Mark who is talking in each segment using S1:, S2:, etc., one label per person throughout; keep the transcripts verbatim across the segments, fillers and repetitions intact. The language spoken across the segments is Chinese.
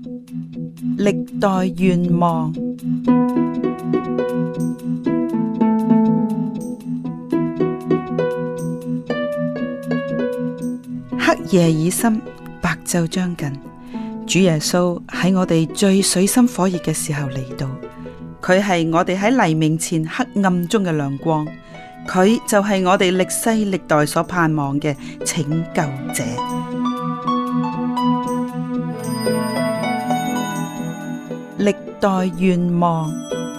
S1: 歷代願望。黑夜已深，白晝將近。主耶穌喺我哋最水深火熱嘅時候嚟到，佢係我哋喺黎明前黑暗中嘅亮光，佢就係我哋歷世歷代所盼望嘅拯救者。歷代願望。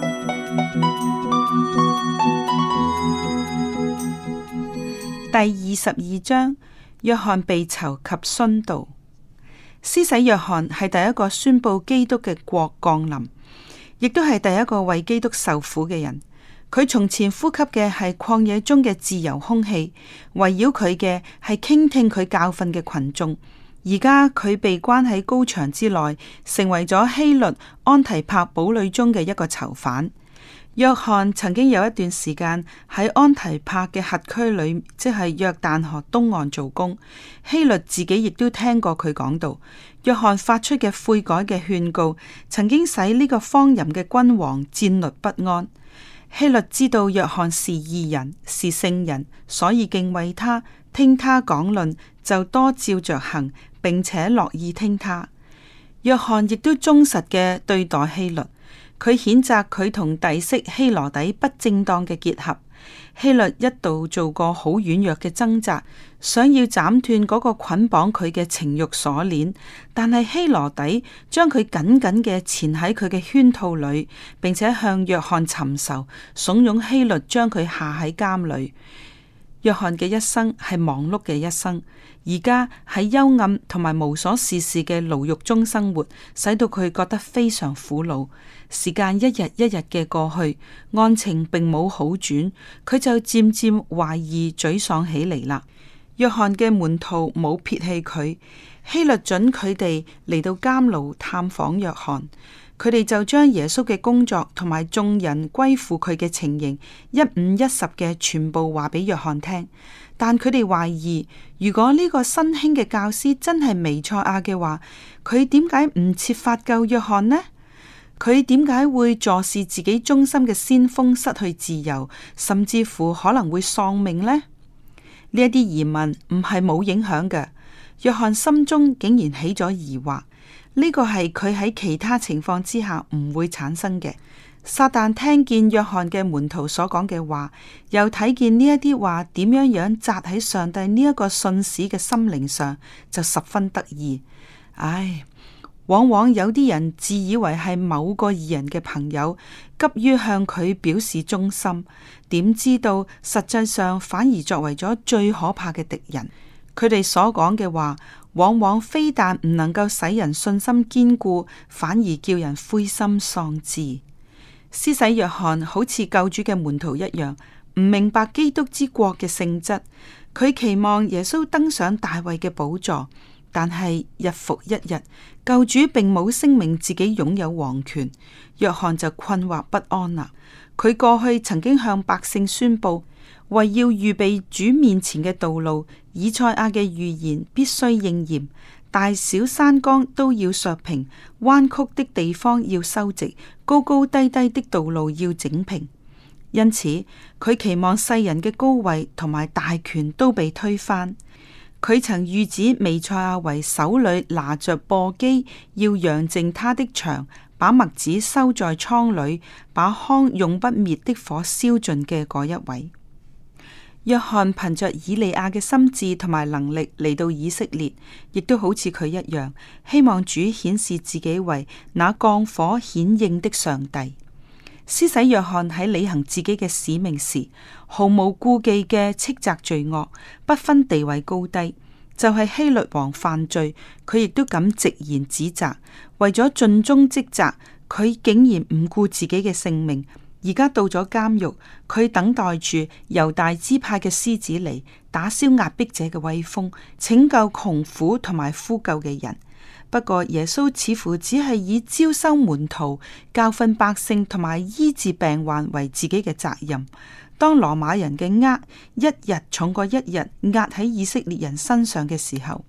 S1: 第二十二章，約翰被囚及殉道。施洗約翰係第一個宣布基督嘅國降臨，亦都係第一個為基督受苦嘅人。佢從前呼吸嘅係曠野中嘅自由空氣，圍繞佢嘅係傾聽佢教訓嘅群眾。而家佢被關喺高牆之內，成為咗希律安提帕堡壘中嘅一個囚犯。約翰曾經有一段時間喺安提帕嘅轄區裏，即係約旦河東岸做工。希律自己亦都聽過佢講道。約翰發出嘅悔改嘅勸告，曾經使呢個荒淫嘅君王戰慄不安。希律知道約翰是義人，是聖人，所以敬畏他，聽他講論就多照着行，並且樂意聽他。約翰亦都忠實嘅對待希律。佢譴責佢同弟媳希羅底不正當嘅結合。希律一度做過好軟弱嘅掙扎，想要斬斷嗰個捆綁佢嘅情慾鎖鏈，但係希羅底將佢緊緊嘅纏喺佢嘅圈套裏，並且向約翰尋仇，慫恿希律將佢下喺監裏。約翰嘅一生係忙碌嘅一生，而家喺幽暗同埋無所事事嘅牢獄中生活，使到佢覺得非常苦惱。時間一日一日嘅過去，案情並冇好轉，佢就漸漸懷疑沮喪起嚟啦。約翰嘅門徒冇撇棄佢，希律准佢哋嚟到監牢探訪約翰。佢哋就將耶穌嘅工作同埋眾人歸附佢嘅情形一五一十嘅全部話俾約翰聽，但佢哋懷疑，如果呢個新興嘅教師真係彌賽亞嘅話，佢點解唔設法救約翰呢？佢點解會坐視自己忠心嘅先鋒失去自由，甚至乎可能會喪命呢？呢一啲疑問唔係冇影響嘅，約翰心中竟然起咗疑惑。呢個係佢喺其他情況之下唔會產生嘅。撒旦聽見約翰嘅門徒所講嘅話，又睇見呢一啲話點樣樣扎喺上帝呢一個信使嘅心靈上，就十分得意。唉，往往有啲人自以為係某個義人嘅朋友，急於向佢表示忠心，點知道實際上反而作為咗最可怕嘅敵人。佢哋所講嘅話，往往非但唔能夠使人信心堅固，反而叫人灰心喪志。施洗約翰好似救主嘅門徒一樣，唔明白基督之國嘅性質。佢期望耶穌登上大衛嘅寶座，但係日復一日，救主並冇聲明自己擁有王權。約翰就困惑不安啦。佢過去曾經向百姓宣布，為要預備主面前嘅道路，以賽亞嘅預言必須應驗，大小山崗都要削平，彎曲的地方要修直，高高低低的道路要整平。因此，佢期望世人嘅高位同埋大權都被推翻。佢曾預指彌賽亞為手裏拿着簸箕，要揚淨他的場，把麥子收在倉裏，把糠用不滅的火燒盡嘅嗰一位。約翰憑着以利亞嘅心智同埋能力嚟到以色列，亦都好似佢一樣，希望主顯示自己為那降火顯應的上帝。施洗約翰喺履行自己嘅使命時，毫無顧忌嘅斥責罪惡，不分地位高低。就係希律王犯罪，佢亦都敢直言指責。為咗盡忠職責，佢竟然唔顧自己嘅性命。而家到咗監獄，佢等待住猶大支派嘅獅子嚟打消壓迫者嘅威風，拯救窮苦同埋呼救嘅人。不過耶穌似乎只係以招收門徒、教訓百姓同埋醫治病患為自己嘅責任。當羅馬人嘅軛一日重過一日壓喺以色列人身上嘅時候，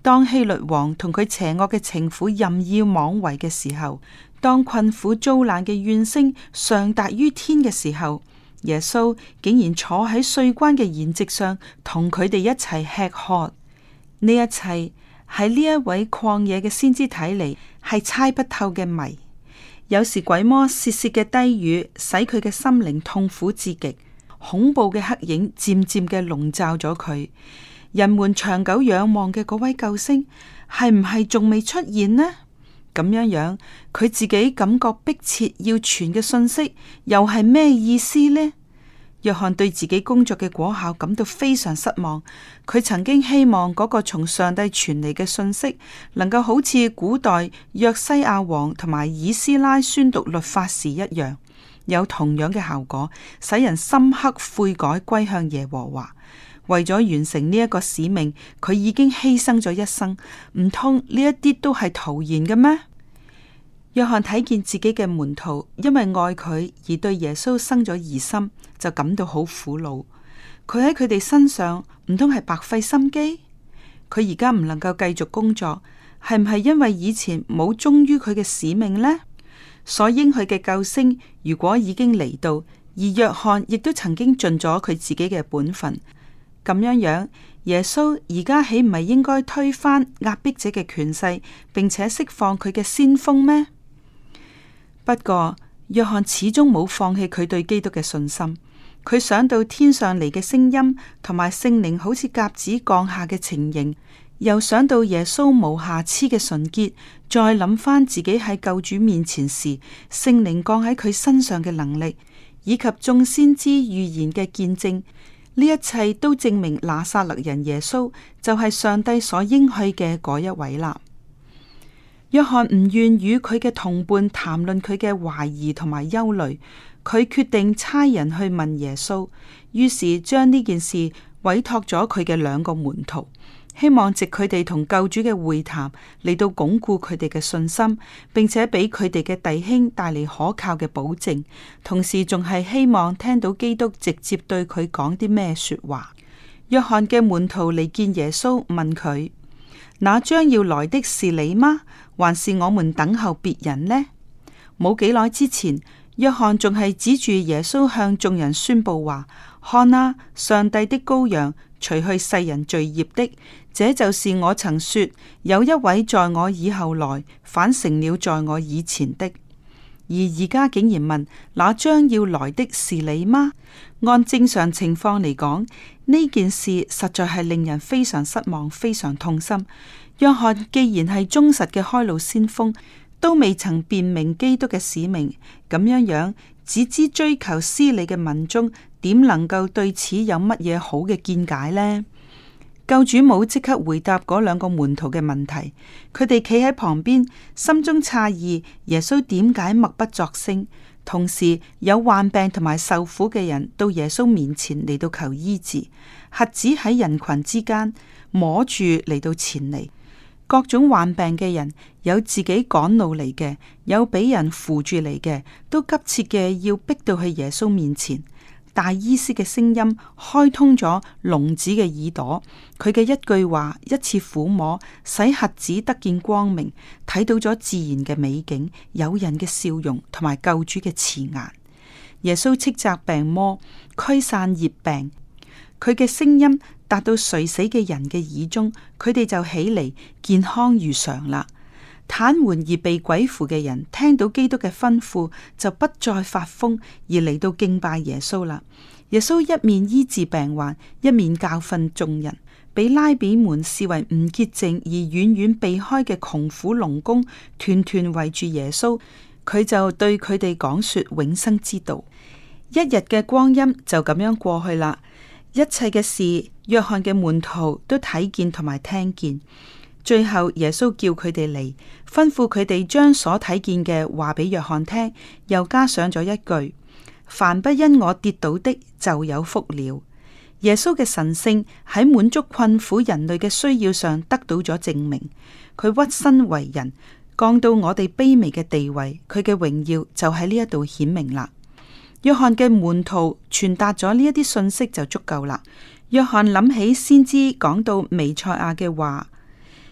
S1: 當希律王同佢邪惡嘅情婦任意妄為嘅時候，當困苦遭難嘅怨聲上達於天嘅時候，耶穌竟然坐喺稅關嘅筵席上，同佢哋一齊吃喝。呢一切喺呢一位曠野嘅先知睇嚟，係猜不透嘅謎。有時鬼魔竊竊嘅低語，使佢嘅心靈痛苦至極，恐怖嘅黑影漸漸嘅籠罩咗佢。人們長久仰望嘅嗰位救星，係唔係仲未出現呢？咁樣樣，佢自己感覺迫切要傳嘅信息，又係咩意思呢？約翰對自己工作嘅果效感到非常失望。佢曾經希望嗰個從上帝傳嚟嘅信息，能夠好似古代約西亞王同埋以斯拉宣讀律法時一樣，有同樣嘅效果，使人深刻悔改歸向耶和華。為咗完成呢一個使命，佢已經犧牲咗一生，唔通呢一啲都係徒然嘅咩？約翰睇見自己嘅門徒因為愛佢而對耶穌生咗疑心，就感到好苦惱。佢喺佢哋身上唔通係白費心機？佢而家唔能夠繼續工作，係唔係因為以前冇忠於佢嘅使命呢？所應許嘅救星如果已經嚟到，而約翰亦都曾經盡咗佢自己嘅本分，咁樣樣，耶穌而家豈唔係應該推翻壓迫者嘅權勢，並且釋放佢嘅先鋒咩？不過，約翰始終冇放棄佢對基督嘅信心。佢想到天上嚟嘅聲音，同埋聖靈好似鴿子降下嘅情形，又想到耶穌無瑕疵嘅純潔，再諗翻自己喺救主面前時，聖靈降喺佢身上嘅能力，以及眾先知預言嘅見證。呢一切都證明拿撒勒人耶穌就係上帝所應許嘅嗰一位啦。約翰唔願與佢嘅同伴談論佢嘅懷疑同埋憂慮，佢決定差人去問耶穌，於是將呢件事委託咗佢嘅兩個門徒，希望藉佢哋同救主嘅會談嚟到鞏固佢哋嘅信心，並且俾佢哋嘅弟兄帶嚟可靠嘅保證，同時仲係希望聽到基督直接對佢講啲咩說話。約翰嘅門徒嚟見耶穌，問佢：那將要來的是你嗎？還是我們等候別人呢？冇幾耐之前，約翰仲係指住耶穌向眾人宣布話：看啊，上帝的羔羊，除去世人罪孽的，這就是我曾說有一位在我以後來，反成了在我以前的。而而家竟然問：那將要來的是你嗎？按正常情況嚟講，呢件事實在係令人非常失望，非常痛心。約翰既然係忠實嘅開路先鋒，都未曾辨明基督嘅使命，咁樣樣只知追求私利嘅民眾，點能夠對此有乜嘢好嘅見解呢？救主冇即刻回答嗰兩個門徒嘅問題，佢哋企喺旁邊，心中詫異耶穌點解默不作聲。同時有患病同埋受苦嘅人到耶穌面前嚟到求醫治，瞎子喺人群之間摸住嚟到前嚟。各種患病嘅人，有自己趕路嚟嘅，有俾人扶住嚟嘅，都急切嘅要逼到去耶穌面前。大醫師嘅聲音開通咗聾子嘅耳朵，佢嘅一句話，一次撫摸，使瞎子得見光明，睇到咗自然嘅美景，友人嘅笑容同埋救主嘅慈顏。耶穌斥責病魔，驅散熱病，佢嘅聲音達到垂死嘅人嘅耳中，佢哋就起嚟健康如常啦。癱瘓而被鬼附嘅人聽到基督嘅吩咐，就不再發瘋，而嚟到敬拜耶穌啦。耶穌一面醫治病患，一面教訓眾人。被拉比們視為唔潔淨而遠遠避開嘅窮苦農工，團團圍住耶穌，佢就對佢哋講說永生之道。一日嘅光陰就咁樣過去啦。一切嘅事，約翰嘅門徒都睇見同埋聽見。最後耶穌叫佢哋嚟，吩咐佢哋將所睇見嘅話俾約翰聽，又加上咗一句：凡不因我跌倒的，就有福了。耶穌嘅神聖喺滿足困苦人類嘅需要上得到咗證明。佢屈身為人，降到我哋卑微嘅地位，佢嘅榮耀就喺呢一度顯明啦。約翰嘅門徒傳達咗呢一啲信息就足夠啦。約翰諗起先知講到彌賽亞嘅話。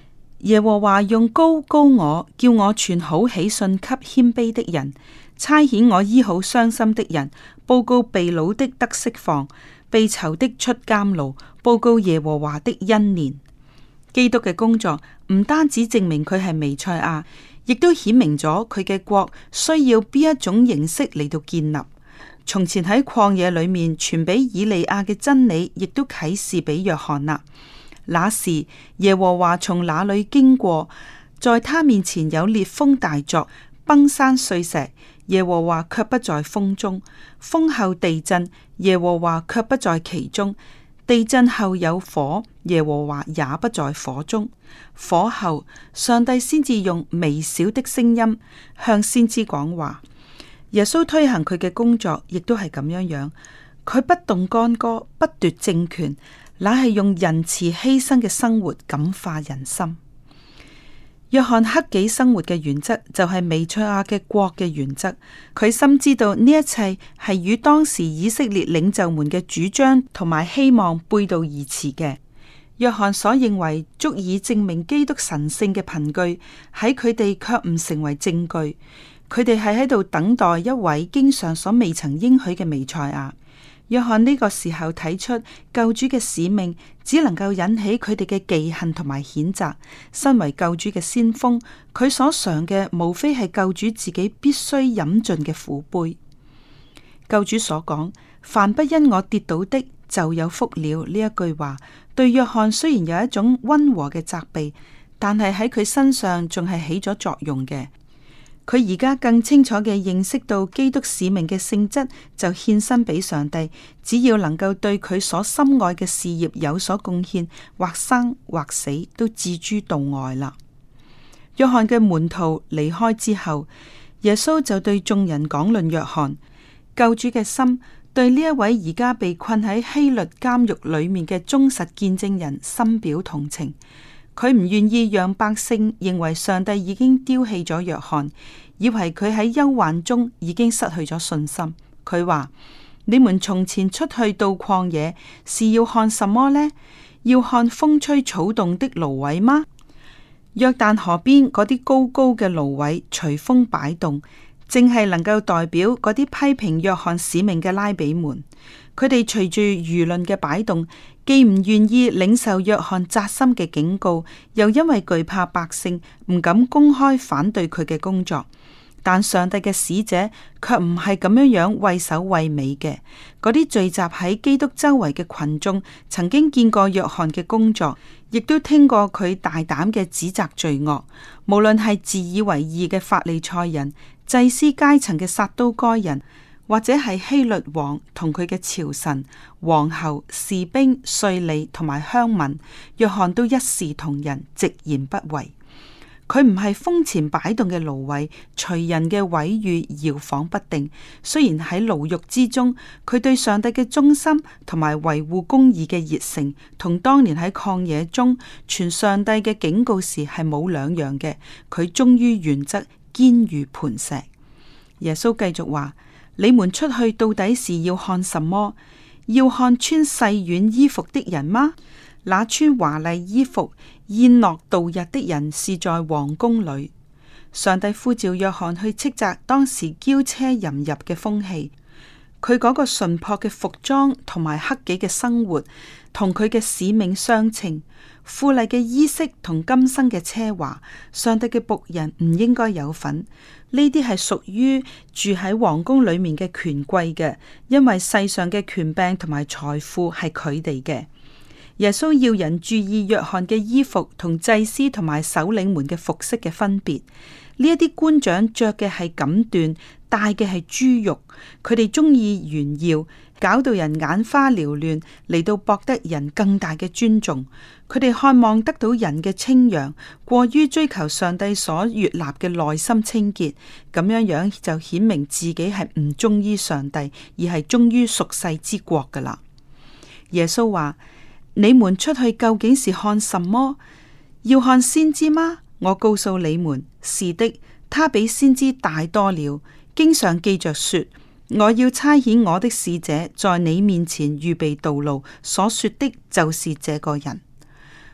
S1: 耶和華用膏膏我，叫我傳好喜訊給謙卑的人，差遣我醫好傷心的人，報告被擄的得釋放，被囚的出監牢，報告耶和華的恩年。基督嘅工作唔單止證明佢係彌賽亞，亦都顯明咗佢嘅國需要邊一種形式嚟到建立。從前喺曠野裏面傳俾以利亞嘅真理，亦都啟示俾約翰啦。那時耶和華從那裏經過，在他面前有烈風大作，崩山碎石，耶和華卻不在風中；風後地震，耶和華卻不在其中；地震後有火，耶和華也不在火中。火後，上帝先至用微小的聲音向先知講話。耶穌推行佢嘅工作，亦都係咁樣樣。佢不動干戈，不奪政權，乃係用仁慈犧牲嘅生活感化人心。約翰克己生活嘅原則就係彌賽亞嘅國嘅原則。佢深知道呢一切係與當時以色列領袖們嘅主張同埋希望背道而馳嘅。約翰所認為足以證明基督神聖嘅憑據，喺佢哋卻唔成為證據。佢哋係喺度等待一位經上所未曾應許嘅彌賽亞。約翰呢個時候睇出救主嘅使命只能夠引起佢哋嘅忌恨同埋譴責。身為救主嘅先鋒，佢所嘗嘅無非係救主自己必須飲盡嘅苦杯。救主所講凡不因我跌倒的就有福了呢一句話，對約翰雖然有一種溫和嘅責備，但係喺佢身上仲係起咗作用嘅。佢而家更清楚嘅認識到基督使命嘅性質，就獻身俾上帝。只要能夠對佢所深愛嘅事業有所貢獻，或生或死都置諸度外啦。約翰嘅門徒離開之後，耶穌就對眾人講論約翰。救主嘅心對呢一位而家被困喺希律監獄裏面嘅忠實見證人深表同情。佢唔願意讓百姓認為上帝已經丟棄咗約翰，以為佢喺憂患中已經失去咗信心。佢話：你們從前出去到曠野，是要看什麼呢？要看風吹草動的蘆葦嗎？約旦河邊嗰啲高高嘅蘆葦隨風擺動，正係能夠代表嗰啲批評約翰使命嘅拉比們。佢哋隨住輿論嘅擺動，既唔願意領受約翰扎心嘅警告，又因為懼怕百姓，唔敢公開反對佢嘅工作。但上帝嘅使者卻唔係咁樣樣畏首畏尾嘅。嗰啲聚集喺基督周圍嘅群眾，曾經見過約翰嘅工作，亦都聽過佢大膽嘅指責罪惡。無論係自以為義嘅法利賽人、祭司階層嘅撒都該人，或者係希律王同佢嘅朝臣、皇后、士兵、稅吏同埋鄉民，約翰都一視同仁，直言不諱。佢唔係風前擺動嘅蘆葦，隨人嘅毀譽搖晃不定。雖然喺牢獄之中，佢對上帝嘅忠心同埋維護公義嘅熱誠，同當年喺曠野中傳上帝嘅警告時係冇兩樣嘅。佢忠於原則，堅如磐石。耶穌繼續話：你們出去到底是要看什麼？要看穿細軟衣服的人嗎？那穿華麗衣服宴樂度日的人是在皇宮裏。上帝呼召約翰去斥責當時驕奢淫逸嘅風氣。佢嗰個純樸嘅服裝同埋克己嘅生活，同佢嘅使命相稱。富麗嘅衣飾同今生嘅奢華，上帝嘅僕人唔應該有份。呢啲係屬於住喺皇宮裏面嘅權貴嘅，因為世上嘅權柄同埋財富係佢哋嘅。耶穌要人注意約翰嘅衣服同祭司同埋首領們嘅服飾嘅分別。呢一啲官長着嘅係錦緞，戴嘅係豬肉，佢哋中意炫耀，搞到人眼花繚亂，嚟到博得人更大嘅尊重。佢哋渴望得到人嘅稱揚，過於追求上帝所悅納嘅內心清潔。咁樣樣就顯明自己係唔忠於上帝，而係忠於屬世之國噶啦。耶穌話：你們出去究竟是看什麼？要看先知嗎？我告訴你們，是的，他比先知大多了。經上記着說：我要差遣我的使者在你面前預備道路。所說的就是這個人。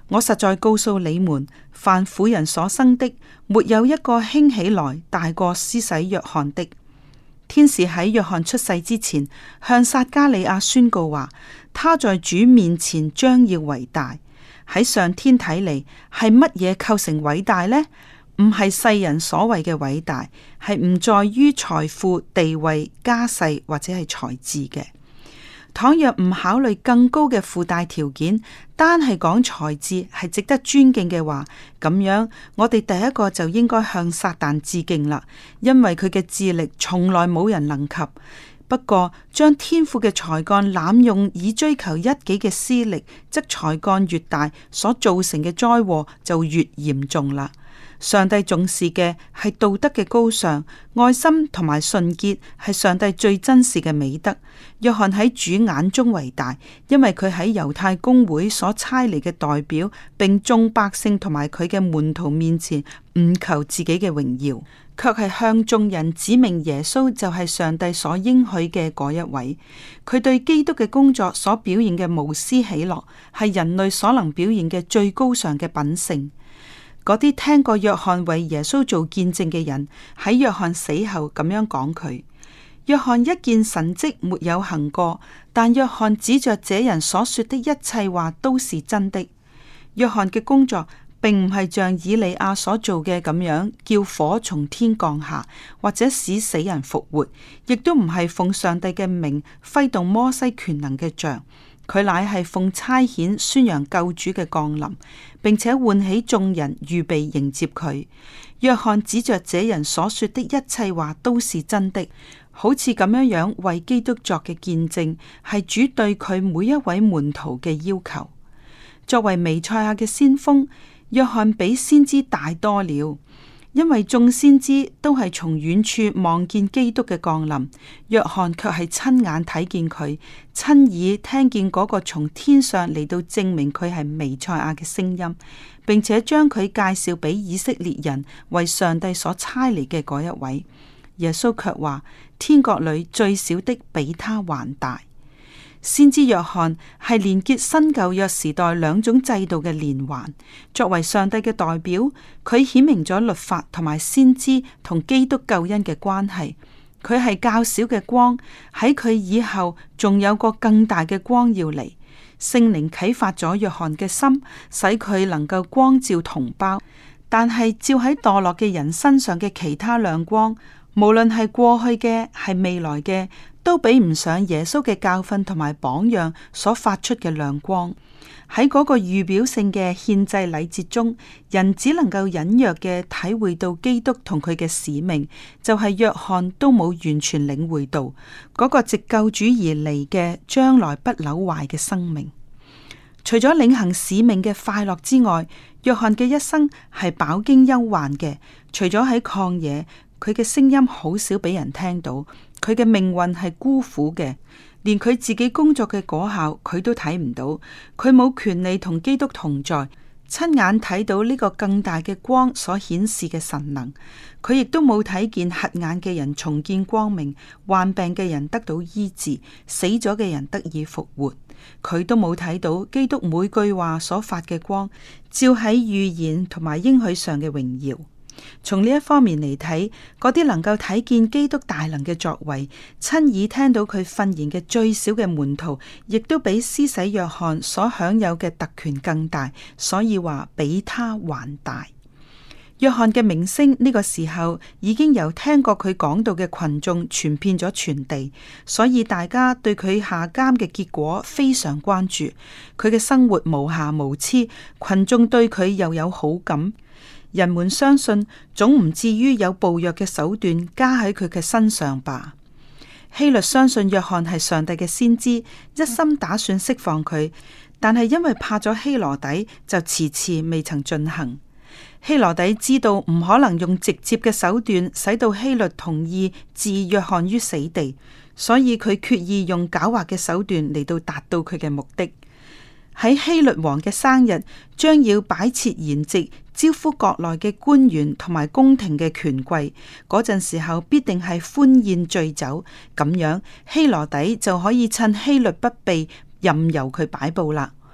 S1: 我實在告訴你們，凡婦人所生的，沒有一個興起來大過施洗約翰的。天使喺約翰出世之前，向撒加利亞宣告話，他在主面前將要為大。喺上天睇嚟，係乜嘢構成偉大呢？唔係世人所謂嘅偉大，係唔在於財富、地位、家世或者係才智嘅。倘若唔考慮更高嘅附帶條件，單係講才智係值得尊敬嘅話，咁樣我哋第一個就應該向撒旦致敬啦，因為佢嘅智力從來冇人能及。不過將天賦嘅才幹濫用以追求一己嘅私利，則才幹越大，所造成嘅災禍就越嚴重啦。上帝重視嘅係道德嘅高尚，愛心同埋純潔係上帝最珍視嘅美德。約翰喺主眼中為大，因為佢喺猶太公會所差嚟嘅代表，並眾百姓同埋佢嘅門徒面前唔求自己嘅榮耀，卻係向眾人指明耶穌就係上帝所應許嘅嗰一位。佢對基督嘅工作所表現嘅無私喜樂，係人類所能表現嘅最高尚嘅品性。嗰啲聽過約翰為耶穌做見證嘅人，喺約翰死後咁樣講佢：約翰一件神蹟沒有行過，但約翰指着這人所說的一切話都是真的。約翰嘅工作並唔係像以利亞所做嘅咁樣，叫火從天降下，或者使死人復活，亦都唔係奉上帝嘅名揮動摩西權能嘅杖。佢乃係奉差遣宣揚救主嘅降臨，並且喚起眾人預備迎接佢。約翰指着這人所說的一切話都是真的，好似咁樣樣為基督作嘅見證，係主對佢每一位門徒嘅要求。作為彌賽亞嘅先鋒，約翰比先知大多了。因為眾先知都係從遠處望見基督嘅降臨，約翰卻係親眼睇見佢，親耳聽見嗰個從天上嚟到證明佢係彌賽亞嘅聲音，並且將佢介紹俾以色列人為上帝所差嚟嘅嗰一位。耶穌卻話：天國裏最小的比他還大。先知約翰係連結新舊約時代兩種制度嘅連環，作為上帝嘅代表，佢顯明咗律法同埋先知同基督救恩嘅關係。佢係較小嘅光，喺佢以後仲有個更大嘅光要嚟。聖靈啟發咗約翰嘅心，使佢能夠光照同胞。但係照喺墮落嘅人身上嘅其他亮光，無論係過去嘅係未來嘅，都比唔上耶穌嘅教訓同埋榜樣所發出嘅亮光。喺嗰個預表性嘅獻祭禮節中，人只能夠隱約嘅體會到基督同佢嘅使命，就係、是、約翰都冇完全領會到嗰、那個藉救主而嚟嘅將來不朽壞嘅生命。除咗領行使命嘅快樂之外，約翰嘅一生係飽經憂患嘅。除咗喺曠野，佢嘅聲音好少俾人聽到，佢嘅命運係孤苦嘅，連佢自己工作嘅果效佢都睇唔到，佢冇權利同基督同在，親眼睇到呢個更大嘅光所顯示嘅神能，佢亦都冇睇見瞎眼嘅人重見光明，患病嘅人得到醫治，死咗嘅人得以復活，佢都冇睇到基督每句話所發嘅光，照喺預言同埋應許上嘅榮耀。從呢一方面嚟睇，嗰啲能夠睇見基督大能嘅作為，親耳聽到佢訓言嘅最小嘅門徒，亦都比施洗約翰所享有嘅特權更大，所以話比他還大。約翰嘅名聲呢個時候已經由聽過佢講道嘅群眾傳遍咗全地，所以大家對佢下監嘅結果非常關注。佢嘅生活無瑕無疵，群眾對佢又有好感。人們相信總唔至於有暴虐嘅手段加喺佢嘅身上吧。希律相信約翰係上帝嘅先知，一心打算釋放佢，但係因為怕咗希羅底，就遲遲未曾進行。希羅底知道唔可能用直接嘅手段使到希律同意置約翰於死地，所以佢決意用狡猾嘅手段嚟到達到佢嘅目的。喺希律王嘅生日，將要擺設筵席，招呼國內嘅官員同埋宮廷嘅權貴，嗰陣時候必定係歡宴醉酒，咁樣希羅底就可以趁希律不備，任由佢擺佈啦。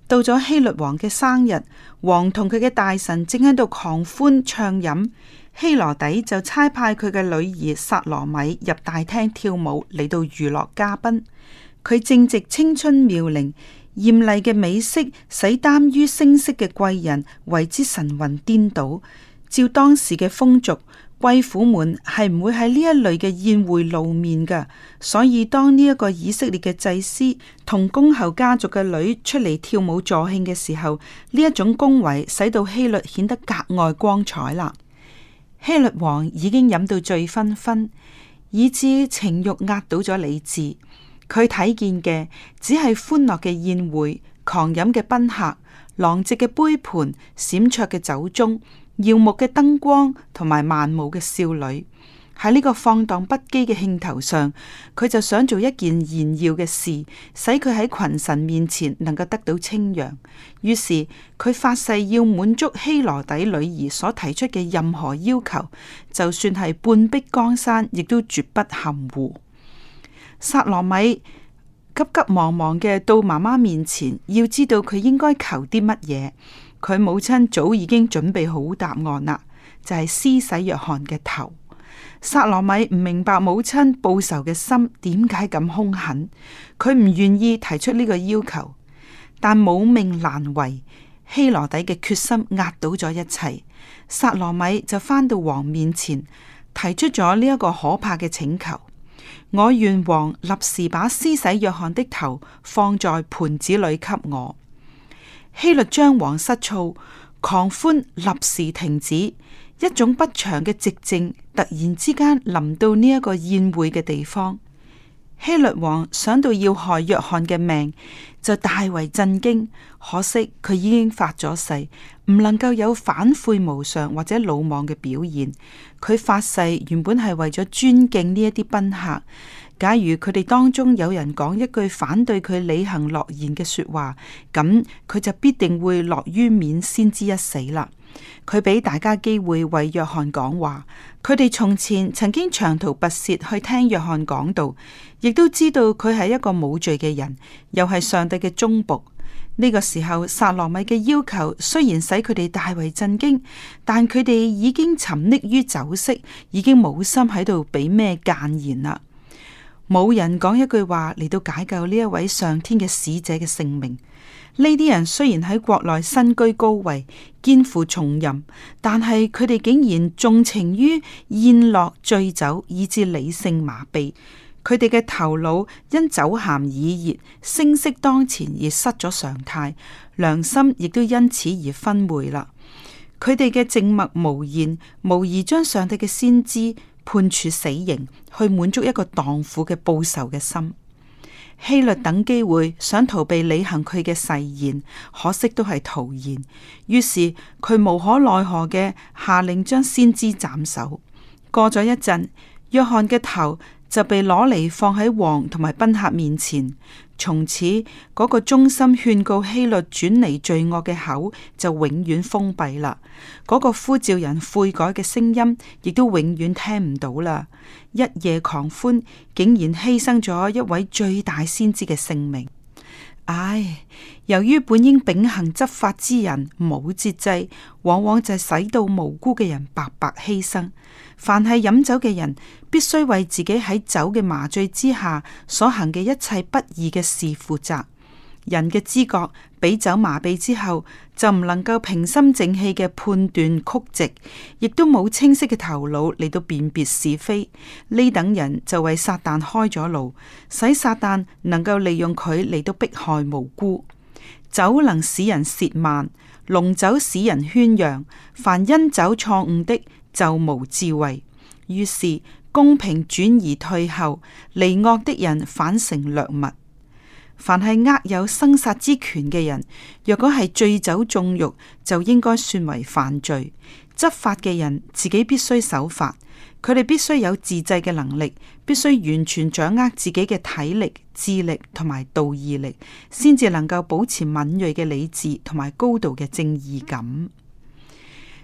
S1: 到咗希律王嘅生日，王同佢嘅大臣正喺度狂歡暢飲，希羅底就差派佢嘅女兒撒羅米入大廳跳舞嚟到娛樂嘉賓。佢正值青春妙齡，艷麗嘅美色使耽於聲色嘅貴人為之神魂顛倒。照當時嘅風俗，貴婦們係唔會喺呢一類嘅宴會露面㗎，所以當呢一個以色列嘅祭司同公侯家族嘅女出嚟跳舞助興嘅時候，呢一種恭維使到希律顯得格外光彩啦。希律王已經飲到醉醺醺，以致情欲壓倒咗理智。佢睇見嘅只係歡樂嘅宴會、狂飲嘅賓客、狼藉嘅杯盤、閃爍嘅酒盅、耀目嘅燈光同埋曼舞嘅少女。喺呢個放蕩不羈嘅興頭上，佢就想做一件炫耀嘅事，使佢喺群臣面前能夠得到稱揚。於是佢發誓要滿足希羅底女兒所提出嘅任何要求，就算係半壁江山，亦都絕不含糊。撒羅米急急忙忙嘅到媽媽面前，要知道佢應該求啲乜嘢。佢母親早已經準備好答案啦，就係施洗約翰嘅頭。撒羅米唔明白母親報仇嘅心點解咁兇狠，佢唔願意提出呢個要求，但母命難違，希羅底嘅決心壓倒咗一切。撒羅米就返到王面前，提出咗呢一個可怕嘅請求：我願王立時把施洗約翰的頭放在盤子裏給我。希律將王失措，狂歡立時停止，一種不祥嘅寂靜突然之間臨到呢一個宴會嘅地方。希律王想到要害約翰嘅命，就大為震驚。可惜佢已經發咗誓，唔能夠有反悔無常或者魯莽嘅表現。佢發誓原本係為咗尊敬呢一啲賓客。假如佢哋當中有人講一句反對佢履行諾言嘅說話，咁佢就必定會落於免先知一死啦。佢俾大家機會為約翰講話，佢哋從前曾經長途跋涉去聽約翰講道，亦都知道佢係一個冇罪嘅人，又係上帝嘅忠僕。呢個時候，撒羅米嘅要求雖然使佢哋大為震驚，但佢哋已經沉溺於酒色，已經冇心喺度俾咩諫言啦。冇人講一句話嚟到解救呢一位上天嘅使者嘅性命。呢啲人雖然喺國內身居高位，肩負重任，但係佢哋竟然縱情於宴樂醉酒，以致理性麻痹。佢哋嘅頭腦因酒酣耳熱、聲色當前而失咗常態，良心亦都因此而昏昧啦。佢哋嘅靜默無言，無疑將上帝嘅先知判處死刑，去滿足一個蕩婦嘅報仇嘅心。希律等機會想逃避履行佢嘅誓言，可惜都係徒然。於是佢無可奈何嘅下令將先知斬首。過咗一陣，約翰嘅頭就被攞嚟放喺王同埋賓客面前。從此嗰、那個忠心勸告希律轉離罪惡嘅口就永遠封閉啦。嗰、那個呼召人悔改嘅聲音亦都永遠聽唔到啦。一夜狂歡，竟然犧牲咗一位最大先知嘅性命。唉，由於本應秉行執法之人冇節制，往往就係使到無辜嘅人白白犧牲。凡係飲酒嘅人，必須為自己喺酒嘅麻醉之下所行嘅一切不義嘅事負責。人嘅知覺俾酒麻痹之後，就唔能夠平心靜氣嘅判斷曲直，亦都冇清晰嘅頭腦嚟到辨別是非。呢等人就為撒旦開咗路，使撒旦能夠利用佢嚟到迫害無辜。酒能使人褻慢，濃酒使人喧嚷。凡因酒錯誤的，就無智慧。於是公平轉而退後，離惡的人反成掠物。凡係握有生殺之權嘅人，若果係醉酒縱慾，就應該算為犯罪。執法嘅人自己必須守法，佢哋必須有自制嘅能力，必須完全掌握自己嘅體力、智力同埋道義力，先至能夠保持敏銳嘅理智同埋高度嘅正義感。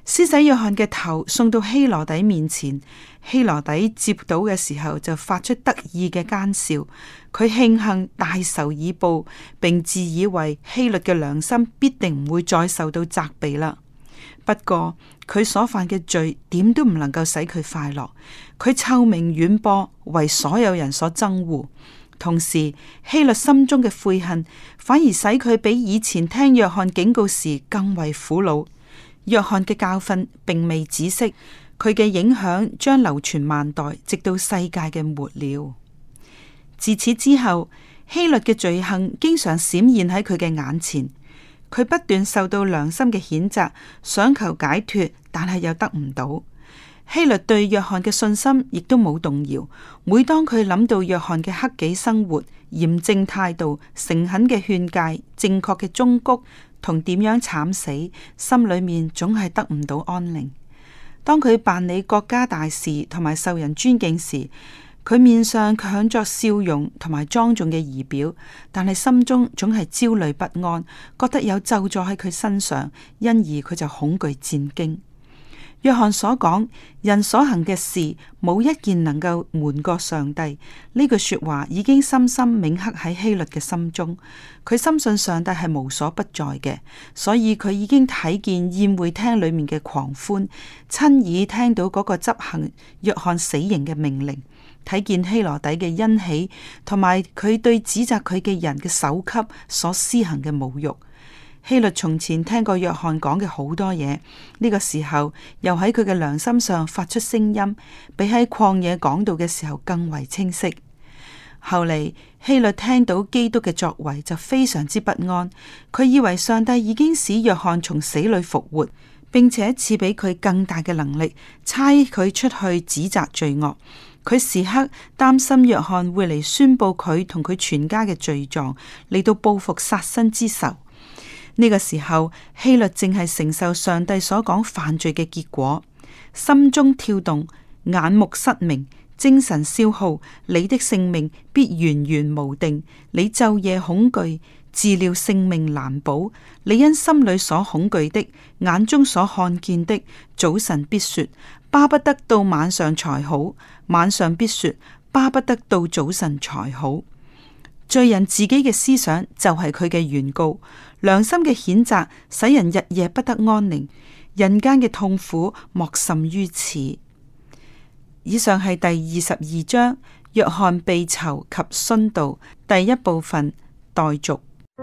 S1: 施洗約翰嘅頭送到希羅底面前，希羅底接到嘅時候就發出得意嘅奸笑，佢慶幸大仇已報，並自以為希律嘅良心必定唔會再受到責備啦。不過佢所犯嘅罪點都唔能夠使佢快樂，佢臭名遠播，為所有人所憎惡。同時希律心中嘅悔恨反而使佢比以前聽約翰警告時更為苦惱。約翰嘅教訓並未止息，佢嘅影響將流傳萬代，直到世界嘅末了。自此之後，希律嘅罪行經常閃現喺佢嘅眼前，佢不斷受到良心嘅譴責，想求解脫，但係又得唔到。希律對約翰嘅信心亦都冇動搖。每當佢諗到約翰嘅克己生活、嚴正態度、誠懇嘅勸誡、正確嘅忠告同點樣慘死，心裏面總係得唔到安寧。當佢辦理國家大事同埋受人尊敬時，佢面上強作笑容同埋莊重嘅儀表，但係心中總係焦慮不安，覺得有咒詛喺佢身上，因而佢就恐懼戰驚。約翰所講人所行嘅事冇一件能夠瞞過上帝，呢句說話已經深深銘刻喺希律嘅心中。佢深信上帝係無所不在嘅，所以佢已經睇見宴會廳裏面嘅狂歡，親耳聽到嗰個執行約翰死刑嘅命令，睇見希羅底嘅欣喜，同埋佢對指責佢嘅人嘅首級所施行嘅侮辱。希律從前聽過約翰講嘅好多嘢，呢個時候又喺佢嘅良心上發出聲音，比喺曠野講道嘅時候更為清晰。後嚟希律聽到基督嘅作為就非常之不安，佢以為上帝已經使約翰從死裏復活，並且賜俾佢更大嘅能力，差佢出去指責罪惡。佢時刻擔心約翰會嚟宣布佢同佢全家嘅罪狀，嚟到報復殺身之仇。呢個時候，希律正係承受上帝所講犯罪嘅結果，心中跳動，眼目失明，精神消耗，你的性命必源源無定。你晝夜恐懼，治療性命難保。你因心裏所恐懼的，眼中所看見的，早晨必說巴不得到晚上才好，晚上必說巴不得到早晨才好。罪人自己嘅思想就係佢嘅原告，良心嘅譴責使人日夜不得安寧，人間嘅痛苦莫甚於此。以上係第二十二章約翰被囚及殉道第一部分待續。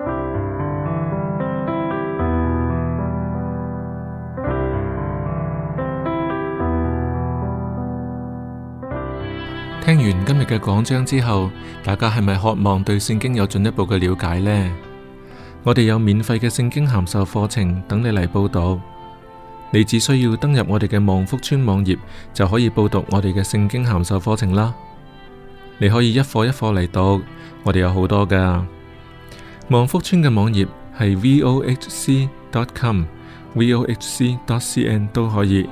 S2: 聽完今日嘅講章之後，大家係咪渴望對聖經有進一步嘅了解呢？我哋有免費嘅聖經函授課程等你嚟報讀，你只需要登入我哋嘅望福村網頁就可以報讀我哋嘅聖經函授課程啦。你可以一課一課嚟讀，我哋有好多噶。望福村嘅網頁係 v o h c dot com、v o h c dot c n 都可以。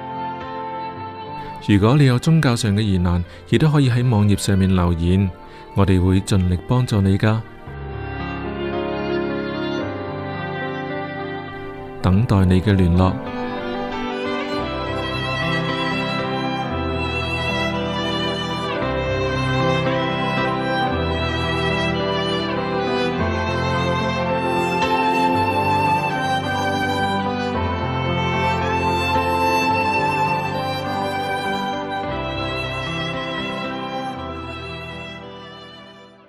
S2: 如果你有宗教上嘅疑難，亦都可以喺網頁上面留言，我哋會盡力幫助你噶。等待你嘅聯絡。